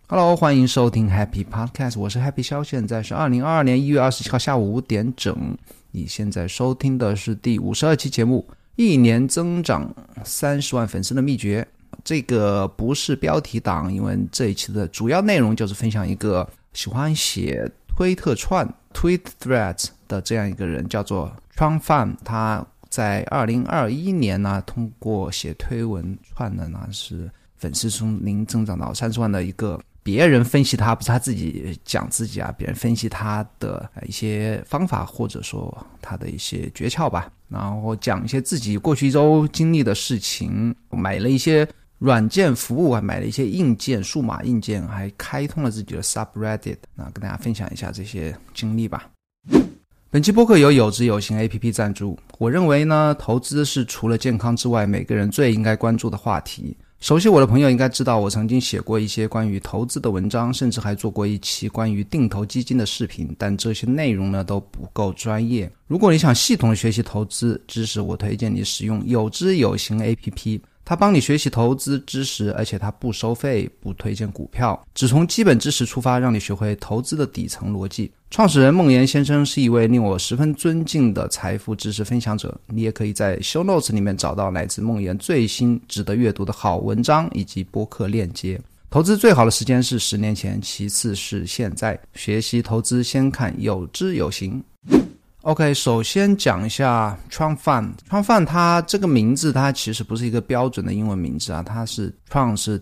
Hello， 欢迎收听 Happy Podcast， 我是 Happy 肖，现在是2022年1月27号下午5点整。你现在收听的是第52期节目，一年增长30万粉丝的秘诀。这个不是标题党，因为这一期的主要内容就是分享一个喜欢写推特串 Tweet Threads 的这样一个人，叫做 Tron Fan。他在2021年呢，通过写推文串的呢，是粉丝从0增长到30万的一个。别人分析他，不是他自己讲自己啊，别人分析他的一些方法，或者说他的一些诀窍吧，然后讲一些自己过去一周经历的事情，买了一些软件服务，还买了一些硬件，数码硬件，还开通了自己的 subreddit， 那跟大家分享一下这些经历吧。本期播客由有知有行 APP 赞助。我认为呢，投资是除了健康之外，每个人最应该关注的话题。熟悉我的朋友应该知道，我曾经写过一些关于投资的文章，甚至还做过一期关于定投基金的视频，但这些内容呢都不够专业。如果你想系统的学习投资知识，我推荐你使用有知有行 APP， 它帮你学习投资知识，而且它不收费，不推荐股票，只从基本知识出发，让你学会投资的底层逻辑。创始人孟岩先生是一位令我十分尊敬的财富知识分享者，你也可以在 show notes 里面找到来自孟岩最新值得阅读的好文章以及播客链接。投资最好的时间是10年前，其次是现在。学习投资先看有知有行。OK， 首先讲一下 Tron Fan。Tron Fan 它这个名字它其实不是一个标准的英文名字啊，它是 Tron 是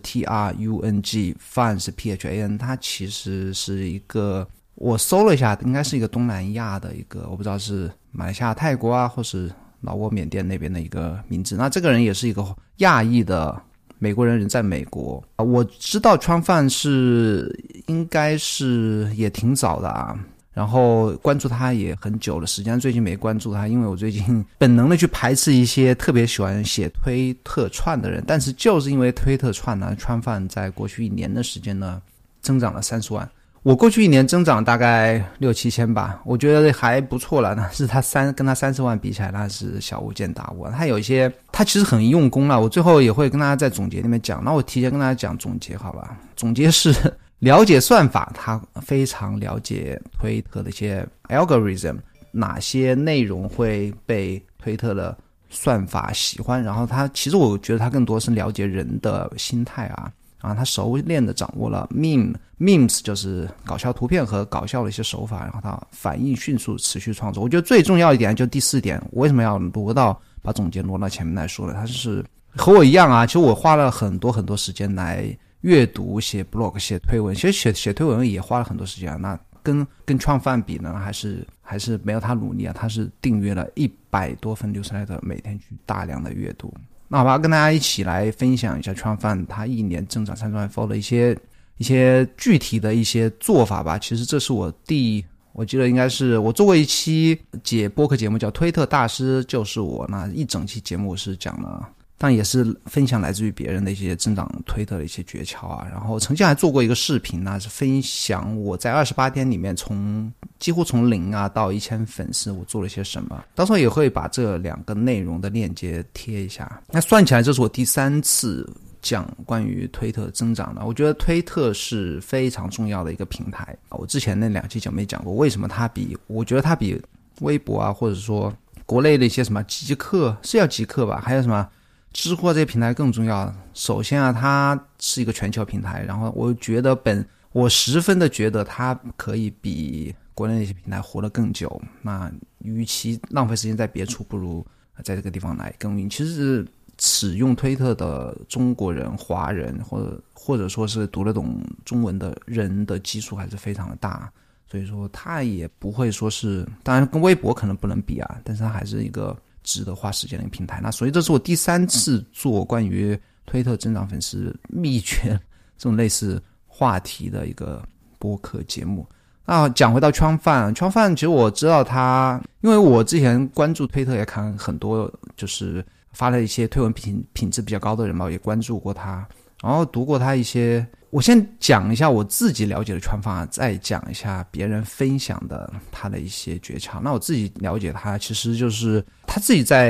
Trung， Fan 是 Phan， 它其实是一个，我搜了一下，应该是一个东南亚的一个，我不知道是马来西亚、泰国啊，或是老挝、缅甸那边的一个名字。那这个人也是一个亚裔的美国人，人在美国。我知道 Tron Fan 是应该是也挺早的啊。然后关注他也很久了，实际上最近没关注他，因为我最近本能的去排斥一些特别喜欢写推特串的人，但是就是因为推特串呢，Tron Fan在过去1年的时间呢，增长了30万。我过去1年增长大概6、7千吧，我觉得还不错了。但是跟他30万比起来，那是小巫见大巫。他有一些，他其实很用功了。我最后也会跟大家在总结里面讲，那我提前跟大家讲总结好了。总结是了解算法，他非常了解推特的一些 algorithm， 哪些内容会被推特的算法喜欢，然后他其实我觉得他更多是了解人的心态啊，然后他熟练的掌握了 memes 就是搞笑图片和搞笑的一些手法，然后他反应迅速，持续创作。我觉得最重要一点就第4点，我为什么要把总结挪到前面来说呢？他是和我一样啊，其实我花了很多时间来阅读、写 blog、写推文，其实写推文也花了很多时间啊。那跟Tron Fan比呢，还是没有他努力啊。他是订阅了100多份 newsletter， 每天去大量的阅读。那好吧，跟大家一起来分享一下 Tron Fan 他1年增长30万 follow 的一些具体的一些做法吧。其实这是我记得应该是我做过一期播客节目叫推特大师就是我，那一整期节目我是讲了，但也是分享来自于别人的一些增长推特的一些诀窍啊。然后曾经还做过一个视频呢，是分享我在28天里面几乎从0啊到1000粉丝我做了些什么，到时候也会把这2个内容的链接贴一下。那算起来这是我第3次讲关于推特增长的。我觉得推特是非常重要的一个平台，我之前那2期没讲过为什么我觉得它比微博啊，或者说国内的一些什么极客，是叫极客吧，还有什么知乎这些平台更重要。首先啊，它是一个全球平台，然后我十分的觉得它可以比国内那些平台活得更久。那与其浪费时间在别处，不如在这个地方来耕耘。其实使用推特的中国人、华人或者说是读得懂中文的人的基数还是非常的大，所以说它也不会说是，当然跟微博可能不能比啊，但是它还是一个值得花时间的一个平台。那所以这是我第3次做关于推特增长粉丝秘诀这种类似话题的一个播客节目。那讲回到 Tron Fan 其实我知道他，因为我之前关注推特也看很多，就是发了一些推文品质比较高的人嘛，我也关注过他，然后读过他一些。我先讲一下我自己了解的Tron Fan，再讲一下别人分享的他的一些诀窍。那我自己了解他，其实就是他自己在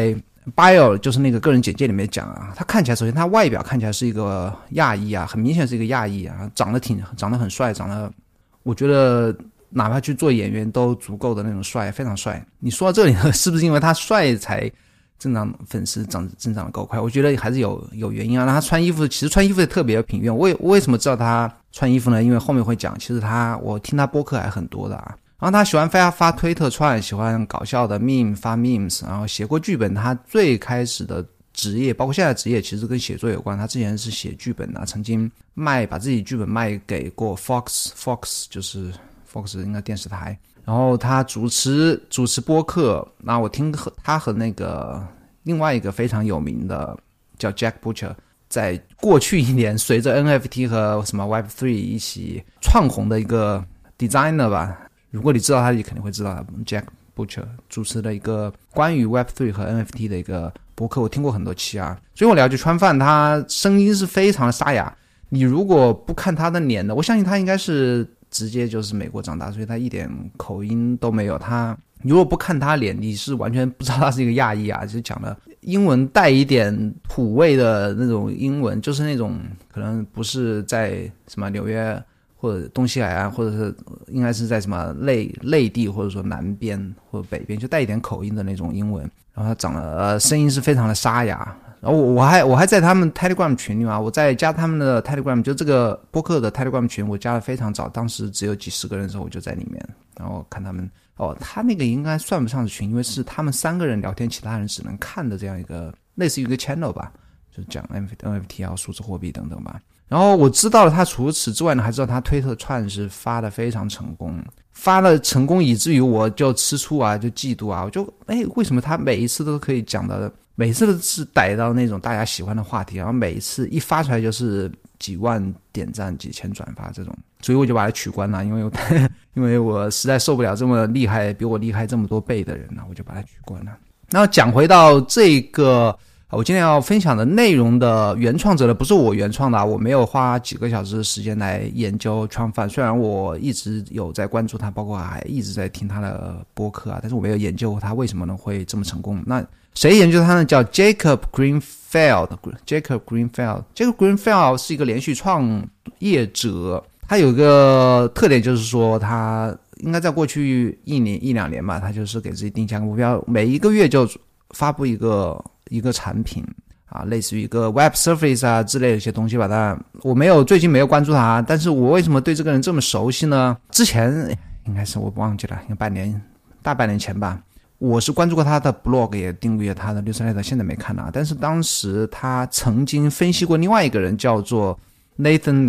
bio 就是那个个人简介里面讲啊，他看起来首先他外表看起来是一个亚裔啊，很明显是一个亚裔啊，长得很帅，长得我觉得哪怕去做演员都足够的那种帅，非常帅。你说到这里呢，是不是因为他帅才增长粉丝增长的够快？我觉得还是有原因啊。他穿衣服，其实穿衣服也特别品味。我为什么知道他穿衣服呢？因为后面会讲，其实我听他播客还很多的啊。然后他喜欢发推特串，喜欢搞笑的 meme 发 memes， 然后写过剧本。他最开始的职业，包括现在的职业，其实跟写作有关。他之前是写剧本的，曾经把自己剧本卖给过 Fox， 就是 Fox 应该电视台。然后他主持播客，那我听他和那个另外一个非常有名的叫 Jack Butcher， 在过去一年随着 NFT 和什么 Web3 一起窜红的一个 designer 吧。如果你知道他，你肯定会知道 Jack Butcher 主持的一个关于 Web3 和 NFT 的一个播客，我听过很多期啊。所以我了解川饭，他声音是非常的沙哑。你如果不看他的脸的，我相信他应该是直接就是美国长大，所以他一点口音都没有。他如果不看他脸，你是完全不知道他是一个亚裔啊，就是讲的英文带一点土味的那种英文，就是那种可能不是在什么纽约或者东西海岸，或者是应该是在什么内地，或者说南边或者北边，就带一点口音的那种英文。然后他长得声音是非常的沙哑。然后我还在他们 Telegram 群里嘛，我在加他们的 Telegram， 就这个播客的 Telegram 群，我加的非常早，当时只有几十个人的时候我就在里面，然后看他们他那个应该算不上是群，因为是他们3个人聊天，其他人只能看的这样一个类似于一个 channel 吧，就是讲 NFT 啊、数字货币等等吧。然后我知道了他除此之外呢，还知道他推特串是发的非常成功，发了成功以至于我就吃醋啊，就嫉妒啊，我就为什么他每一次都可以讲的，每次都是逮到那种大家喜欢的话题，然后每一次一发出来就是几万点赞、几千转发这种，所以我就把它取关了，因为我实在受不了这么厉害，比我厉害这么多倍的人了，我就把它取关了。然后讲回到这个我今天要分享的内容的原创者呢，不是我原创的我没有花几个小时的时间来研究川饭，虽然我一直有在关注他，包括还一直在听他的播客啊，但是我没有研究他为什么呢会这么成功。那谁研究他呢？叫 Jacob Greenfield。 Jacob Greenfield 是一个连续创业者，他有一个特点，就是说他应该在过去一两年吧，他就是给自己定下个目标，每一个月就发布一个产品啊，类似于一个 Web Surface 啊之类的一些东西吧。但我最近没有关注他，但是我为什么对这个人这么熟悉呢？之前应该是我忘记了，应该大半年前吧，我是关注过他的 blog， 也订阅他的 newsletter， 现在没看了。但是当时他曾经分析过另外一个人，叫做 Nathan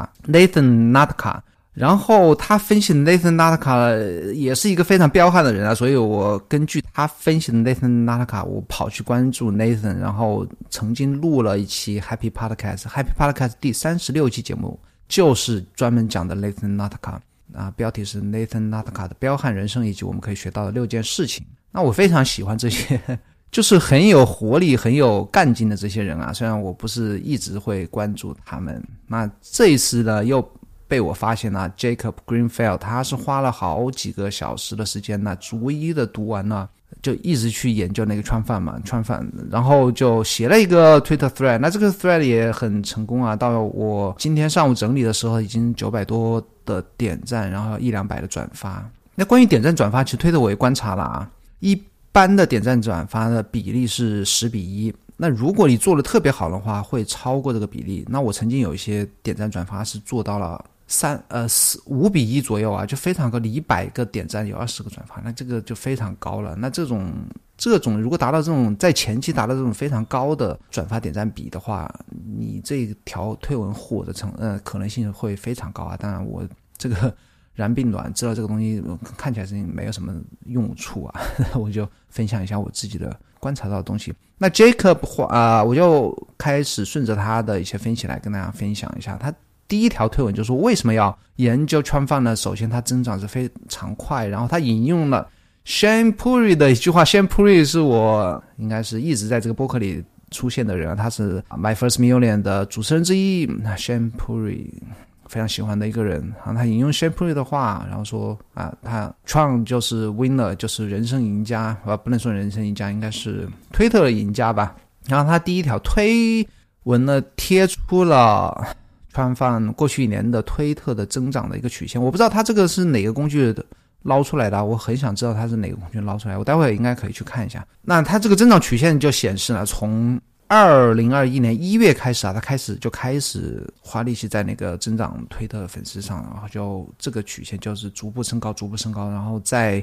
Natka， 然后他分析的 Nathan Natka 也是一个非常彪悍的人啊，所以我根据他分析的 Nathan Natka， 我跑去关注 Nathan， 然后曾经录了一期 Happy Podcast 第36期节目，就是专门讲的 Nathan Natka啊，标题是 Nathan Natka 的彪悍人生以及我们可以学到的6件事情。那我非常喜欢这些就是很有活力很有干劲的这些人啊，虽然我不是一直会关注他们。那这一次呢又被我发现了 Jacob Greenfield， 他是花了好几个小时的时间呢，逐一的读完了，就一直去研究那个川饭，然后就写了一个 Twitter thread。 那这个 thread 也很成功啊，到我今天上午整理的时候已经900多的点赞，然后100-200的转发。那关于点赞转发，其实推特我也观察了啊，一般的点赞转发的比例是10:1，那如果你做的特别好的话会超过这个比例。那我曾经有一些点赞转发是做到了5:1左右啊，就非常高，你100个点赞有20个转发，那这个就非常高了。那这种如果达到这种在前期达到这种非常高的转发点赞比的话，你这条推文火的可能性会非常高啊。当然我这个燃并卵知道这个东西看起来是没有什么用处啊我就分享一下我自己的观察到的东西。那 Jacob 我就开始顺着他的一些分析来跟大家分享一下。他第一条推文就是说为什么要研究川饭呢？首先它增长是非常快，然后他引用了 Shane Puri 的一句话。 Shane Puri 是我应该是一直在这个播客里出现的人，他是 My First Million 的主持人之一。Shane Puri 非常喜欢的一个人，然后他引用 Shapley 的话，然后说他 Trump 就是 winner， 就是人生赢家，不能说人生赢家，应该是推特的赢家吧。然后他第一条推文呢贴出了川放过去1年的推特的增长的一个曲线，我不知道他这个是哪个工具捞出来的，我很想知道它是哪个工具捞出来，我待会应该可以去看一下。那它这个增长曲线就显示了，从2021年1月开始它就开始花力气在那个增长推特粉丝上，然后就这个曲线就是逐步升高，然后在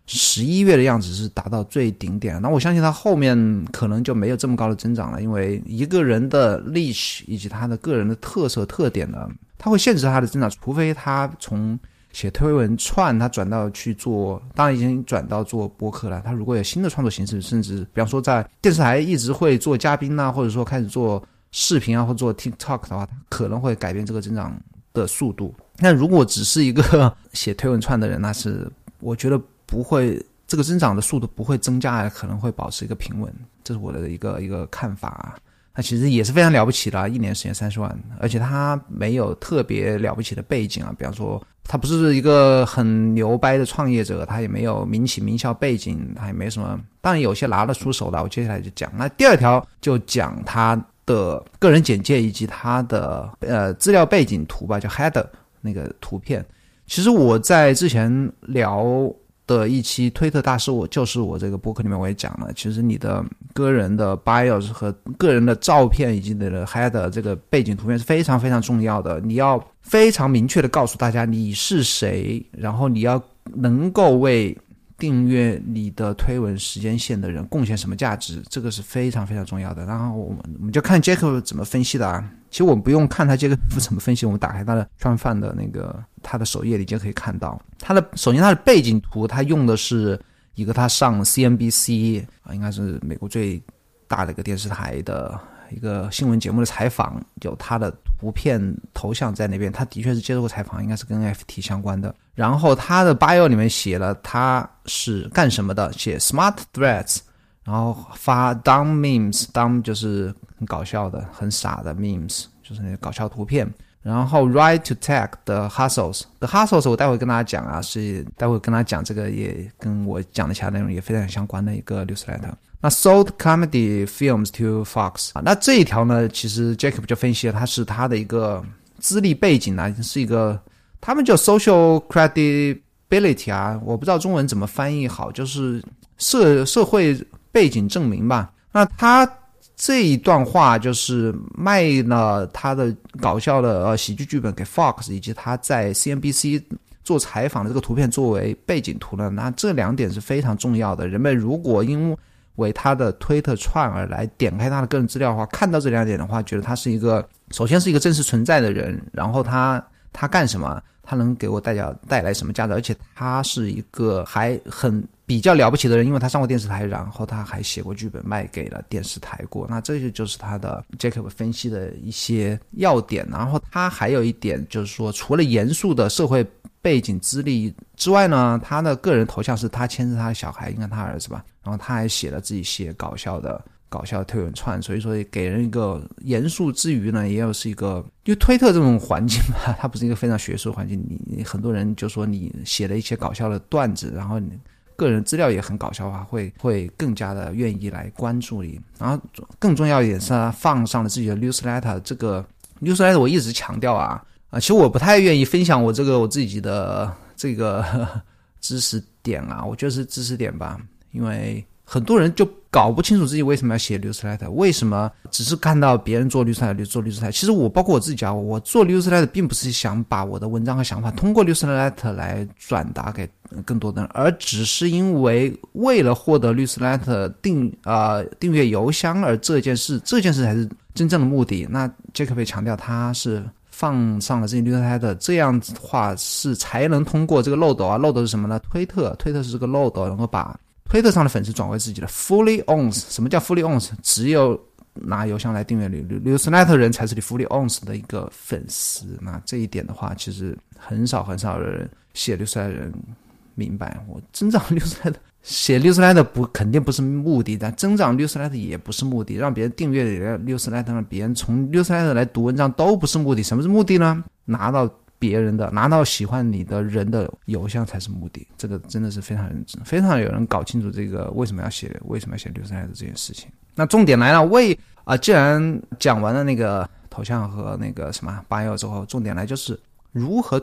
11月的样子是达到最顶点。那我相信它后面可能就没有这么高的增长了，因为一个人的历史以及他的个人的特点呢，它会限制他的增长，除非他从写推文串他转到去做，当然已经转到做播客了，他如果有新的创作形式，甚至比方说在电视台一直会做嘉宾啊，或者说开始做视频啊，或者做 TikTok 的话，他可能会改变这个增长的速度。那如果只是一个写推文串的人，那是我觉得不会，这个增长的速度不会增加，可能会保持一个平稳，这是我的一个看法啊。他其实也是非常了不起的，1年时间30万，而且他没有特别了不起的背景啊，比方说他不是一个很牛掰的创业者，他也没有民企名校背景，他也没什么，当然有些拿得出手的，我接下来就讲。那第二条就讲他的个人简介以及他的资料背景图吧，叫 header 那个图片。其实我在之前聊的一期推特大师，我这个播客里面我也讲了，其实你的个人的 bios 和个人的照片以及你的 header 这个背景图片是非常非常重要的，你要非常明确的告诉大家你是谁，然后你要能够为订阅你的推文时间线的人贡献什么价值，这个是非常非常重要的。然后我们就看 Jacob 怎么分析的啊。其实我们不用看他 Jacob 怎么分析，我们打开他的川饭的那个他的首页里就可以看到，首先他的背景图他用的是一个他上 CNBC 应该是美国最大的一个电视台的一个新闻节目的采访，有他的图片头像在那边，他的确是接受过采访，应该是跟 FT 相关的。然后他的 bio 里面写了他是干什么的，写 Smart Threads， 然后发 dumb memes， 就是很搞笑的很傻的 memes， 就是那个搞笑图片。然后 Right to Tech 的 Hustles 我待会跟大家讲啊，是待会跟大家讲，这个也跟我讲的其他内容也非常相关的一个 newsletter。那 sold comedy films to Fox， 那这一条呢，其实 Jacob 就分析了，他的一个资历背景啊，是一个他们叫 social credibility 啊，我不知道中文怎么翻译好，就是社会背景证明吧。那他这一段话就是卖了他的搞笑的喜剧剧本给 Fox， 以及他在 CNBC 做采访的这个图片作为背景图呢，那这2点是非常重要的。人们如果因为他的推特串而来点开他的个人资料的话，看到这2点的话，觉得他是首先是一个真实存在的人，然后他干什么，他能给我带来什么价值，而且他是一个还很比较了不起的人，因为他上过电视台，然后他还写过剧本卖给了电视台过。那这就是他的 Jacob 分析的一些要点。然后他还有一点就是说，除了严肃的社会背景资历之外呢，他的个人头像是他牵着他的小孩，应该他儿子吧，然后他还写了自己写搞笑的推文串，所以说给人一个严肃之余呢，也有是一个，因为推特这种环境吧，它不是一个非常学术的环境，你很多人就说你写了一些搞笑的段子，然后你个人资料也很搞笑的话，会更加的愿意来关注你。然后更重要一点是他放上了自己的 newsletter， 这个 newsletter 我一直强调其实我不太愿意分享我自己的这个知识点啊，我觉得是知识点吧，因为很多人就搞不清楚自己为什么要写 newsletter， 为什么只是看到别人做 newsletter。 其实我包括我自己讲，我做 newsletter 并不是想把我的文章和想法通过 newsletter 来转达给更多的人，而只是因为了获得 newsletter 订阅邮箱，而这件事才是真正的目的。那 Jacob 被强调他是放上了这些 newsletter， 这样子的话是才能通过这个漏斗漏斗是什么呢？推特是这个漏斗，能够把推特上的粉丝转为自己的 fully owns。 什么叫 fully owns？ 只有拿邮箱来订阅newsletter 人才是你 fully owns 的一个粉丝。那这一点的话，其实很少的人写 newsletter 人明白，我增长 newsletter 写 newsletter 肯定不是目的，但增长 newsletter 也不是目的，让别人订阅你的 newsletter， 让别人从 newsletter 来读文章都不是目的。什么是目的呢？ 拿到别人的，拿到喜欢你的人的邮箱才是目的。这个真的是非常认真，非常有人搞清楚这个为什么要写 newsletter 这件事情。那重点来了，既然讲完了那个头像和那个什么 bio 之后，重点来就是如何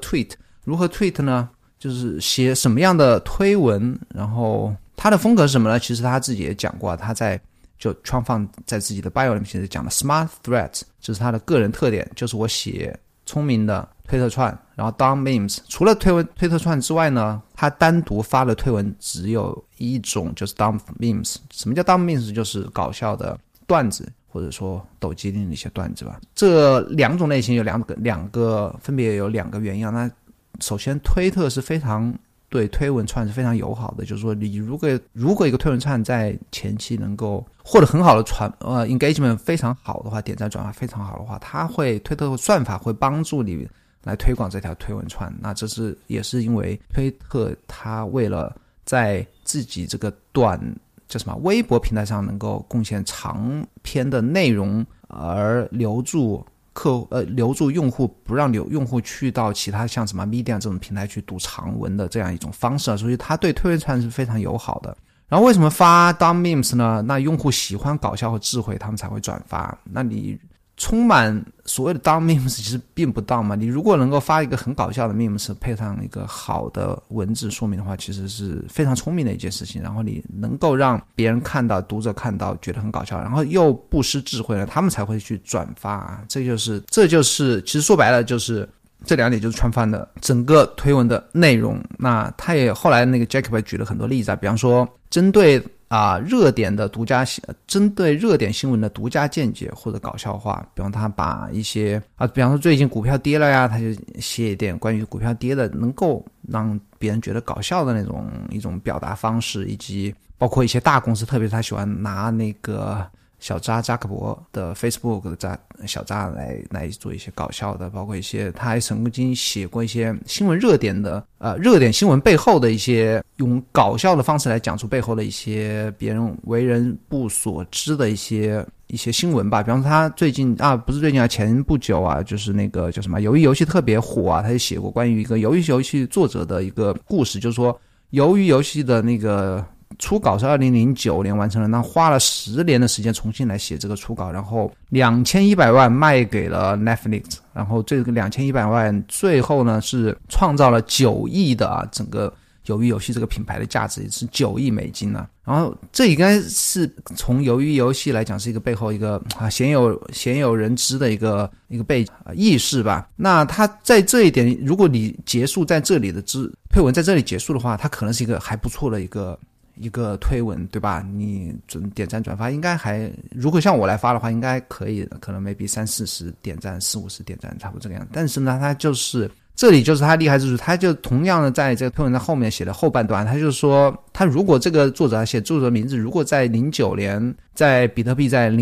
tweet 呢？就是写什么样的推文，然后他的风格是什么呢？其实他自己也讲过，他就创放在自己的 bio 里面其实讲了 smart threads， 这是他的个人特点，就是我写聪明的推特串，然后 dumb memes。除了推特串之外呢，他单独发的推文只有一种，就是 dumb memes。什么叫 dumb memes？ 就是搞笑的段子，或者说抖机灵的一些段子吧。这两种类型有两个分别有两个原因。那首先推特是非常对推文串是非常友好的，就是说你如果一个推文串在前期能够获得很好的engagement 非常好的话，点赞转发非常好的话，推特算法会帮助你来推广这条推文串。那这也是因为推特它为了在自己这个微博平台上能够贡献长篇的内容，而留住用户，不让用户去到其他像什么 Medium 这种平台去读长文的这样一种方式，所以他对推文串是非常友好的。然后为什么发 dumb memes 呢？那用户喜欢搞笑和智慧，他们才会转发。那你充满所谓的 dumb memes 其实并不 dumb 嘛，你如果能够发一个很搞笑的 memes 配上一个好的文字说明的话，其实是非常聪明的一件事情。然后你能够让别人看到，读者看到觉得很搞笑，然后又不失智慧了，他们才会去转发。这就是其实说白了就是这两点就是穿翻的整个推文的内容。那他也后来那个 Jacob 举了很多例子，比方说针对热点新闻的独家见解或者搞笑话，比方他把一些比方说最近股票跌了呀，他就写一点关于股票跌的能够让别人觉得搞笑的一种表达方式，以及包括一些大公司，特别是他喜欢拿那个小扎克伯的 Facebook 的小扎来做一些搞笑的，包括一些他还曾经写过一些新闻热点的热点新闻背后的一些用搞笑的方式来讲出背后的一些别人为人不所知的一些新闻吧。比方说他最近不是最近前不久就是那个叫什么鱿鱼游戏特别火他就写过关于一个鱿鱼游戏作者的一个故事，就是说鱿鱼游戏的那个初稿是2009年完成了，那花了10年的时间重新来写这个初稿，然后2100万卖给了 Netflix， 然后这个2100万最后呢是创造了9亿的整个鱿鱼游戏这个品牌的价值，也是9亿美金呢。然后这应该是从鱿鱼游戏来讲是一个背后一个鲜有人知的一个意识吧。那他在这一点，如果你结束在这里的推文在这里结束的话，它可能是一个还不错的一个推文，对吧？你点赞转发应该如果像我来发的话应该可以的，可能 maybe 30-40点赞40-50点赞差不多这个样。但是呢他这里就是他厉害之处，他就同样的在这个推文在后面写的后半段，他就是说他如果这个作者写作者名字如果在09年在比特币在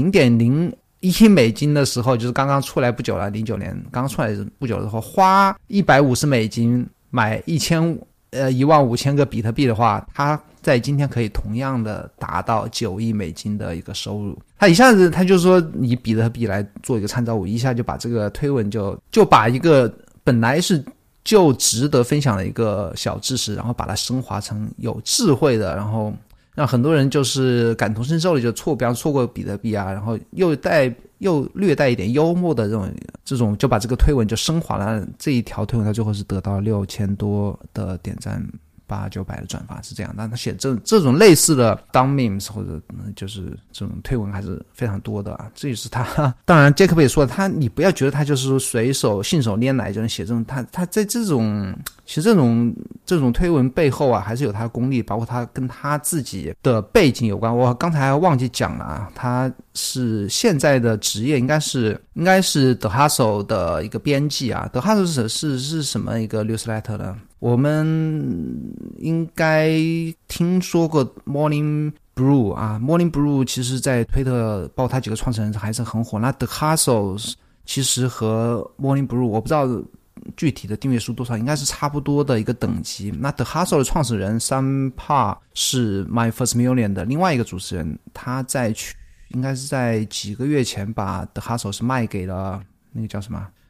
0.01 美金的时候，就是刚刚出来不久了，09年刚刚出来不久的时候，花150美金买15000个比特币的话，他在今天可以同样的达到9亿美金的一个收入。他一下子他就说以比特币来做一个参照物，一下就把这个推文就把一个本来是就值得分享的一个小知识，然后把它升华成有智慧的，然后让很多人就是感同身受的就比方错过比特币然后又略带一点幽默的这种就把这个推文就升华了。这一条推文它最后是得到6000多的点赞，800-900的转发，是这样。但他写这种类似的 dumb memes 或者就是这种推文还是非常多的这也是他当然 Jacob 也说你不要觉得他就是随手信手拈来就能写这种，他在这种其实这种推文背后还是有他的功力，包括他跟他自己的背景有关。我刚才忘记讲了他是现在的职业应该是 The Hustle 的一个编辑The Hustle 是什么一个 newsletter 呢？我们应该听说过 Morning Brew Morning Brew 其实在推特包括他几个创始人还是很火。那 The Hustle 其实和 Morning Brew 我不知道具体的订阅数多少，应该是差不多的一个等级。那 The Hustle 的创始人 Sam Parr 是 My First Million 的另外一个主持人，他应该是在几个月前把 The Hustle 是卖给了那个叫什么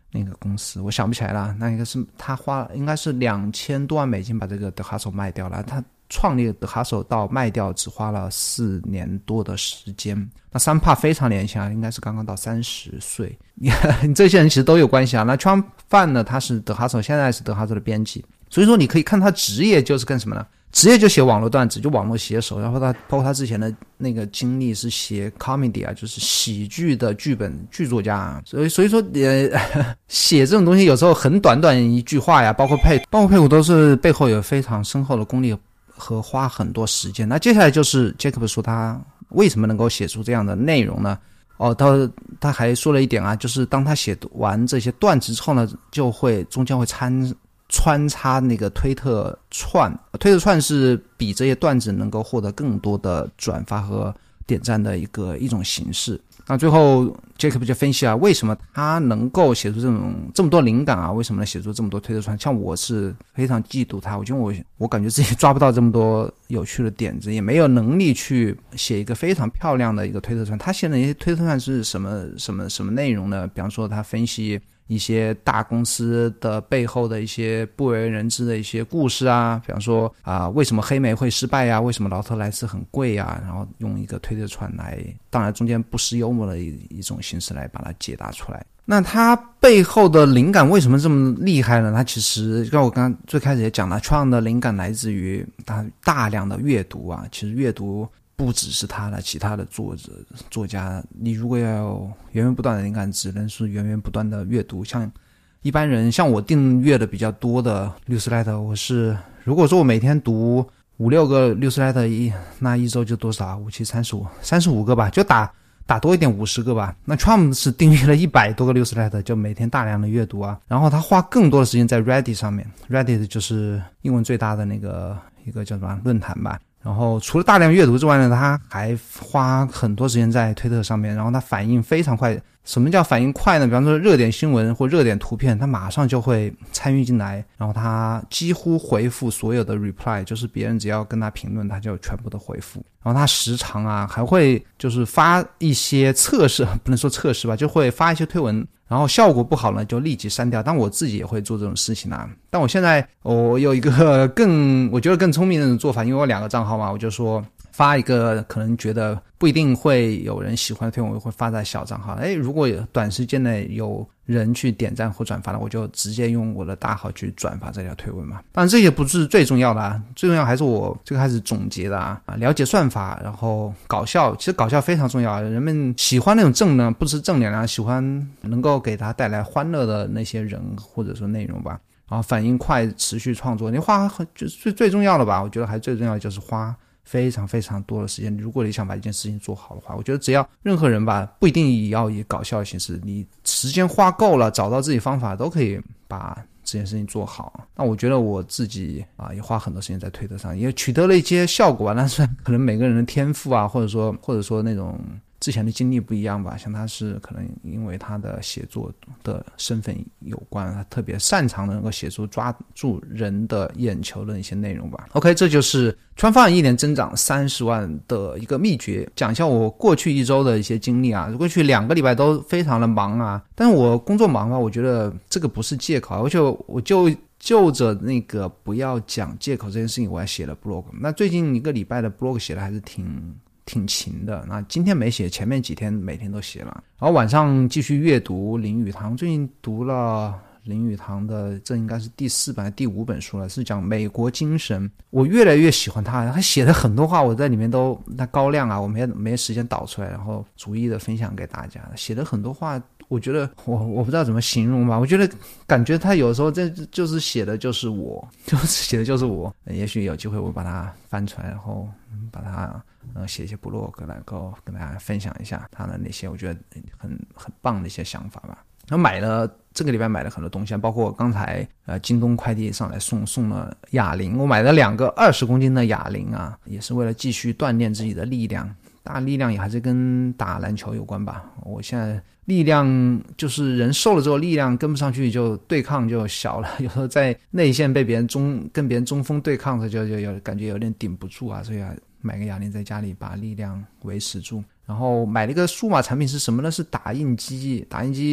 那个公司，我想不起来了，那个是他应该是2000多万美金把这个德哈索卖掉了，他创立德哈索到卖掉只花了4年多的时间。那三帕非常年轻啊，应该是刚刚到30岁，这些人其实都有关系啊。那 Trump Fan 呢，他是德哈索，现在是德哈索的编辑，所以说你可以看他职业就是干什么呢？职业就写网络段子，就网络写手，然后他包括他之前的那个经历是写 comedy 啊，就是喜剧的剧本剧作家啊，所以说写这种东西有时候很短一句话呀，包括配图都是背后有非常深厚的功力和花很多时间。那接下来就是 Jacob 说他为什么能够写出这样的内容呢？他还说了一点啊，就是当他写完这些段子之后呢，就会中间会穿插那个推特串是比这些段子能够获得更多的转发和点赞的一种形式。那最后 Jacob 就分析啊，为什么他能够写出这么多灵感啊？为什么能写出这么多推特串？像我是非常嫉妒他，我感觉自己抓不到这么多有趣的点子，也没有能力去写一个非常漂亮的一个推特串。他写的一些推特串是什么内容呢？比方说他分析一些大公司的背后的一些不为人知的一些故事啊，比方说为什么黑莓会失败啊，为什么劳特莱斯很贵啊，然后用一个推特串来，当然中间不失幽默的一种形式来把它解答出来。那他背后的灵感为什么这么厉害呢？他其实跟我刚刚最开始也讲了， Trump 的灵感来自于他大量的阅读啊，其实阅读不只是他的，其他的作家，你如果要有源源不断的灵感，只能是源源不断的阅读。像一般人，像我订阅的比较多的 newsletter， 如果说我每天读5-6个 newsletter， 那一周就多少？5、7、35个吧，就打多一点50个吧。那 Trump 是订阅了100多个 newsletter， 就每天大量的阅读啊，然后他花更多的时间在 Reddit 上面， Reddit 就是英文最大的那个一个叫什么论坛吧。然后除了大量阅读之外呢，他还花很多时间在推特上面，然后他反应非常快。什么叫反应快呢？比方说热点新闻或热点图片，他马上就会参与进来，然后他几乎回复所有的 reply， 就是别人只要跟他评论，他就全部的回复。然后他时常啊还会就是发一些测试，不能说测试吧，就会发一些推文，然后效果不好呢就立即删掉。但我自己也会做这种事情啊。但我现在我有一个我觉得更聪明的一种做法，因为我2个账号嘛，我就说发一个可能觉得不一定会有人喜欢的推文，我会发在小账号。如果短时间内有人去点赞或转发了，我就直接用我的大号去转发这条推文嘛。当然这些不是最重要的啊，最重要还是我最开始总结的啊，了解算法，然后搞笑，其实搞笑非常重要啊。人们喜欢那种正能量，不是正能量，喜欢能够给他带来欢乐的那些人或者说内容吧。然后反应快，持续创作，你花就是最重要的吧。我觉得还最重要的就是花非常非常多的时间。如果你想把一件事情做好的话，我觉得只要任何人吧，不一定要以搞笑的形式，你时间花够了，找到自己方法，都可以把这件事情做好。那我觉得我自己也花很多时间在推特上，也取得了一些效果吧。但是可能每个人的天赋啊，或者说那种之前的经历不一样吧，像他是可能因为他的写作的身份有关，他特别擅长能够写出抓住人的眼球的一些内容吧。 OK， 这就是川发1年增长30万的一个秘诀。讲一下我过去1周的一些经历啊，过去2个礼拜都非常的忙啊，但是我工作忙吧，我觉得这个不是借口，我就着那个不要讲借口这件事情，我还写了 blog。 那最近1个礼拜的 blog 写的还是挺勤的，那今天没写，前面几天每天都写了。然后晚上继续阅读林语堂，最近读了林语堂的，这应该是第4本还是第5本书了，是讲美国精神。我越来越喜欢他写的很多话我在里面都那高亮啊，我没时间导出来，然后逐一的分享给大家。写的很多话我觉得我不知道怎么形容吧，我觉得感觉他有时候这就是写的就是我，也许有机会我把它翻出来，然后把它写一些部落格来够跟大家分享一下他的那些我觉得很棒的一些想法吧。然后这个礼拜买了很多东西，包括我刚才京东快递上来送了哑铃，我买了2个20公斤的哑铃啊，也是为了继续锻炼自己的力量。大力量也还是跟打篮球有关吧，我现在力量就是人瘦了之后力量跟不上去，就对抗就小了，有时候在内线被跟别人中锋对抗的就有感觉有点顶不住啊，所以买个哑铃在家里把力量维持住。然后买了一个数码产品是什么呢？是打印机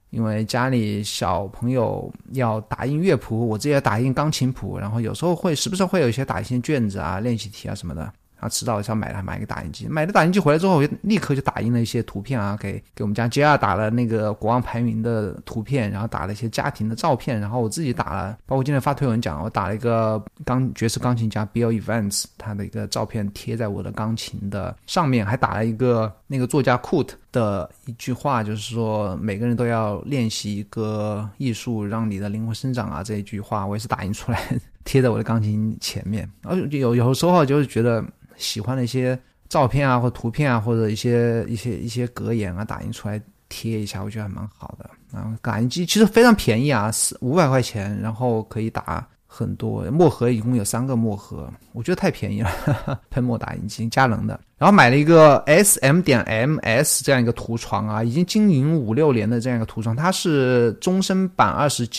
因为家里小朋友要打印乐谱，我自己也打印钢琴谱，然后有时候时不时会有一些打一些卷子啊、练习题啊什么的，然后迟到要买一个打印机。买了打印机回来之后，我就立刻就打印了一些图片啊，给我们家 JR 打了那个国王排名的图片，然后打了一些家庭的照片，然后我自己打了，包括今天发推文讲，我打了一个爵士钢琴家 Bill Evans 他的一个照片贴在我的钢琴的上面，还打了一个那个作家 Kurt 的一句话，就是说每个人都要练习一个艺术，让你的灵魂生长啊，这一句话我也是打印出来贴在我的钢琴前面。然后有时候就是觉得喜欢的一些照片啊或图片啊，或者一些格言啊，打印出来贴一下，我觉得还蛮好的。然后打印机其实非常便宜啊，500块钱，然后可以打很多墨盒，一共有3个墨盒，我觉得太便宜了喷墨打印机佳能的。然后买了一个 SM.MS 这样一个图床啊，已经经营5-6年的这样一个图床，它是终身版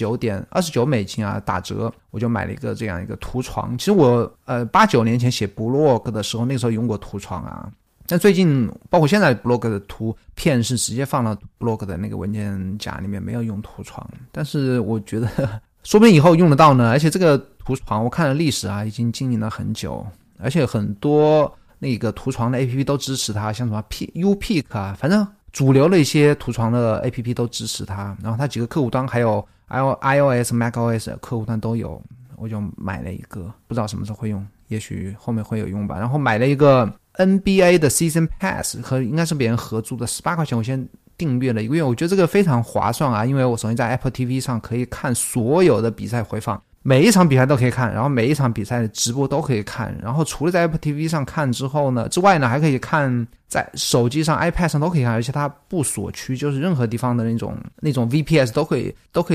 $29啊，打折我就买了一个这样一个图床。其实我8-9年前写 blog 的时候，那个时候用过图床啊，但最近包括现在 blog 的图片是直接放到 blog 的那个文件夹里面，没有用图床。但是我觉得说不定以后用得到呢，而且这个图床我看了历史啊，已经经营了很久，而且很多那个图床的 APP 都支持它，像什么 UPick 啊，反正主流的一些图床的 APP 都支持它，然后它几个客户端还有 iOS、macOS 客户端都有，我就买了一个，不知道什么时候会用，也许后面会有用吧。然后买了一个 NBA 的 Season Pass， 和应该是别人合租的，18块钱我先订阅了一个月，我觉得这个非常划算啊，因为我首先在 Apple TV 上可以看所有的比赛回放，每一场比赛都可以看，然后每一场比赛的直播都可以看，然后除了在 Apple TV 上看之外呢，还可以看在手机上 iPad 上都可以看，而且它不锁区，就是任何地方的那种 VPS 都可以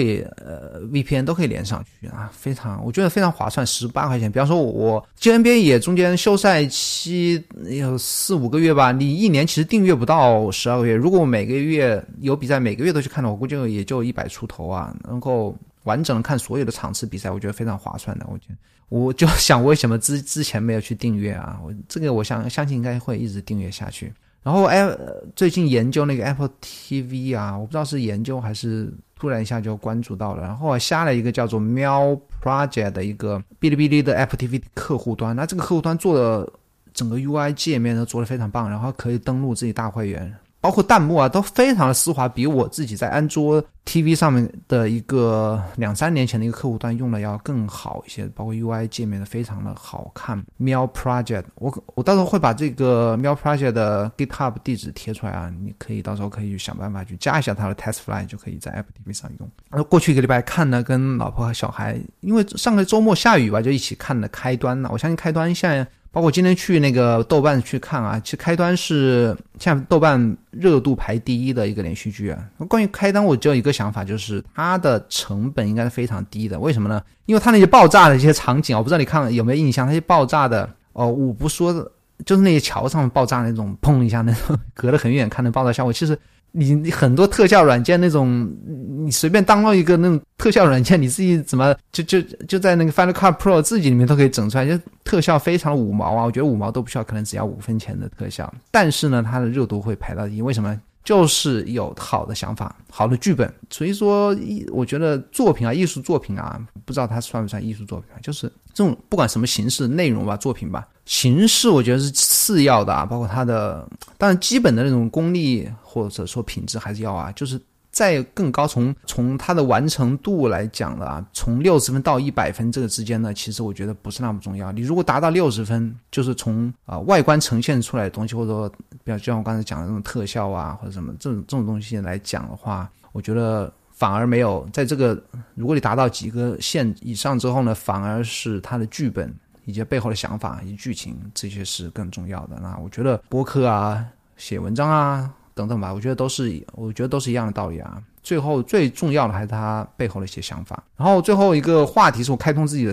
VPN 都可以连上去啊，我觉得非常划算，18块钱。比方说我这 NBA 也中间休赛期有4-5个月吧，你一年其实订阅不到12个月，如果我每个月有比赛每个月都去看的，我估计也就100出头啊，能够完整的看所有的场次比赛，我觉得非常划算的。我就想为什么之前没有去订阅啊？我相信应该会一直订阅下去。然后最近研究那个 Apple TV 啊，我不知道是研究还是突然一下就关注到了，然后我下了一个叫做 Meow Project 的一个哔哩哔哩的 Apple TV 客户端，那这个客户端做的整个 UI 界面都做得非常棒，然后可以登录自己大会员，包括弹幕啊都非常的丝滑，比我自己在安卓 TV 上面的一个2-3年前的一个客户端用的要更好一些，包括 UI 界面的非常的好看。Meow Project 我到时候会把这个 Meow Project 的 GitHub 地址贴出来啊，你可以到时候可以去想办法去加一下它的 TestFlight， 就可以在 Apple TV 上用。然后过去1个礼拜看呢，跟老婆和小孩，因为上个周末下雨吧，就一起看了开端了。我相信开端现在包括今天去那个豆瓣去看啊，其实开端是现在豆瓣热度排第1的一个连续剧啊。关于开端我只有一个想法，就是它的成本应该是非常低的。为什么呢？因为它那些爆炸的一些场景，我不知道你看有没有印象，那些爆炸的我不说的，就是那些桥上爆炸那种砰一下那种隔得很远看的爆炸效果，其实你很多特效软件那种，你随便download一个那种特效软件，你自己怎么就在那个 Final Cut Pro 自己里面都可以整出来，就特效非常5毛啊，我觉得5毛都不需要，可能只要5分钱的特效，但是呢它的热度会排到第一，为什么？就是有好的想法，好的剧本。所以说我觉得作品啊，艺术作品啊，不知道它算不算艺术作品啊，就是这种不管什么形式内容吧，作品吧，形式我觉得是次要的啊，包括它的当然基本的那种功力或者说品质还是要啊，就是再更高，从它的完成度来讲的啊，从60分到100分这个之间呢，其实我觉得不是那么重要。你如果达到60分，就是从外观呈现出来的东西，或者说比较就像我刚才讲的那种特效啊，或者什么这种东西来讲的话，我觉得反而没有在这个，如果你达到几个线以上之后呢，反而是它的剧本以及背后的想法以及剧情，这些是更重要的。那我觉得播客啊，写文章啊等等吧，我觉得都是一样的道理啊。最后最重要的还是它背后的一些想法。然后最后一个话题是我开通自己的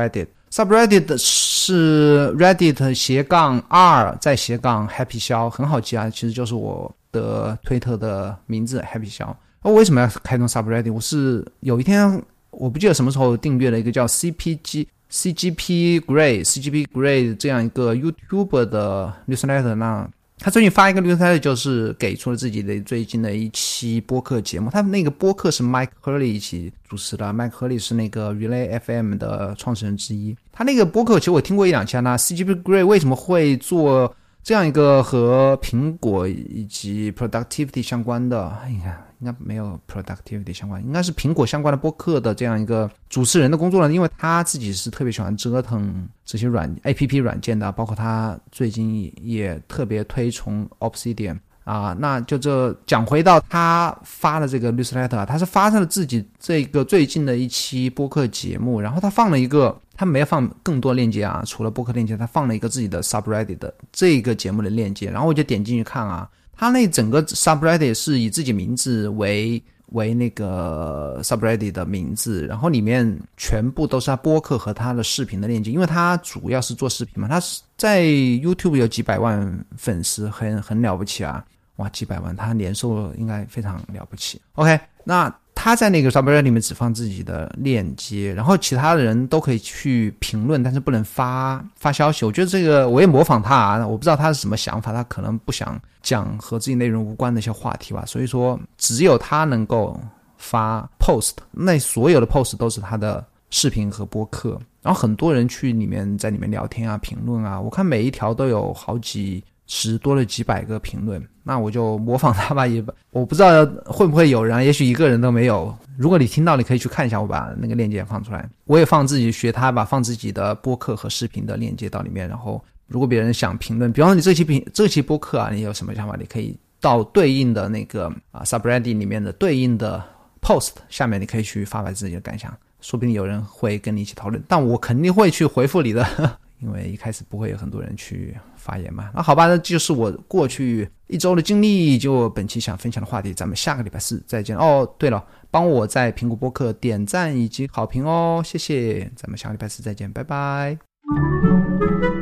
subreddit 是 reddit-r 再斜杠 happy 肖，很好记啊，其实就是我的推特的名字 happy 肖。我为什么要开通 subreddit？ 我是有一天我不记得什么时候订阅了一个叫 CGP Grey 这样一个 YouTuber 的 newsletter， 那他最近发一个newsletter，就是给出了自己的最近的一期播客节目。他那个播客是 Mike Hurley 一起主持的， Mike Hurley 是那个 Relay FM 的创始人之一。他那个播客其实我听过1-2期，那 CGP Grey 为什么会做这样一个和苹果以及 productivity 相关的，应该没有 productivity 相关，应该是苹果相关的播客的这样一个主持人的工作呢？因为他自己是特别喜欢折腾这些APP 软件的，包括他最近也特别推崇 Obsidian 啊。那就这讲回到他发的这个 newsletter， 他是发了自己这个最近的一期播客节目，然后他放了一个，他没有放更多链接啊，除了播客链接，他放了一个自己的 subreddit 的这个节目的链接，然后我就点进去看啊，他那整个 subreddit 是以自己名字为那个 subreddit 的名字，然后里面全部都是他播客和他的视频的链接，因为他主要是做视频嘛，他在 YouTube 有几百万粉丝，很了不起啊，哇，几百万，他年收应该非常了不起。 OK， 那他在那个 subreddit 里面只放自己的链接，然后其他的人都可以去评论，但是不能发消息。我觉得这个我也模仿他啊，我不知道他是什么想法，他可能不想讲和自己内容无关的一些话题吧，所以说只有他能够发 post， 那所有的 post 都是他的视频和播客，然后很多人去在里面聊天啊，评论啊，我看每一条都有好几十多了几百个评论，那我就模仿他吧，我不知道会不会有人，也许一个人都没有。如果你听到，你可以去看一下，我把那个链接放出来，我也放自己学他吧，放自己的播客和视频的链接到里面，然后如果别人想评论，比方说你这期播客啊，你有什么想法，你可以到对应的那个subreddit 里面的对应的 post 下面，你可以去发表自己的感想，说不定有人会跟你一起讨论，但我肯定会去回复你的因为一开始不会有很多人去发言嘛。那好吧，那就是我过去一周的经历，就本期想分享的话题，咱们下个礼拜四再见哦。对了，帮我在苹果播客点赞以及好评哦，谢谢，咱们下个礼拜四再见，拜拜。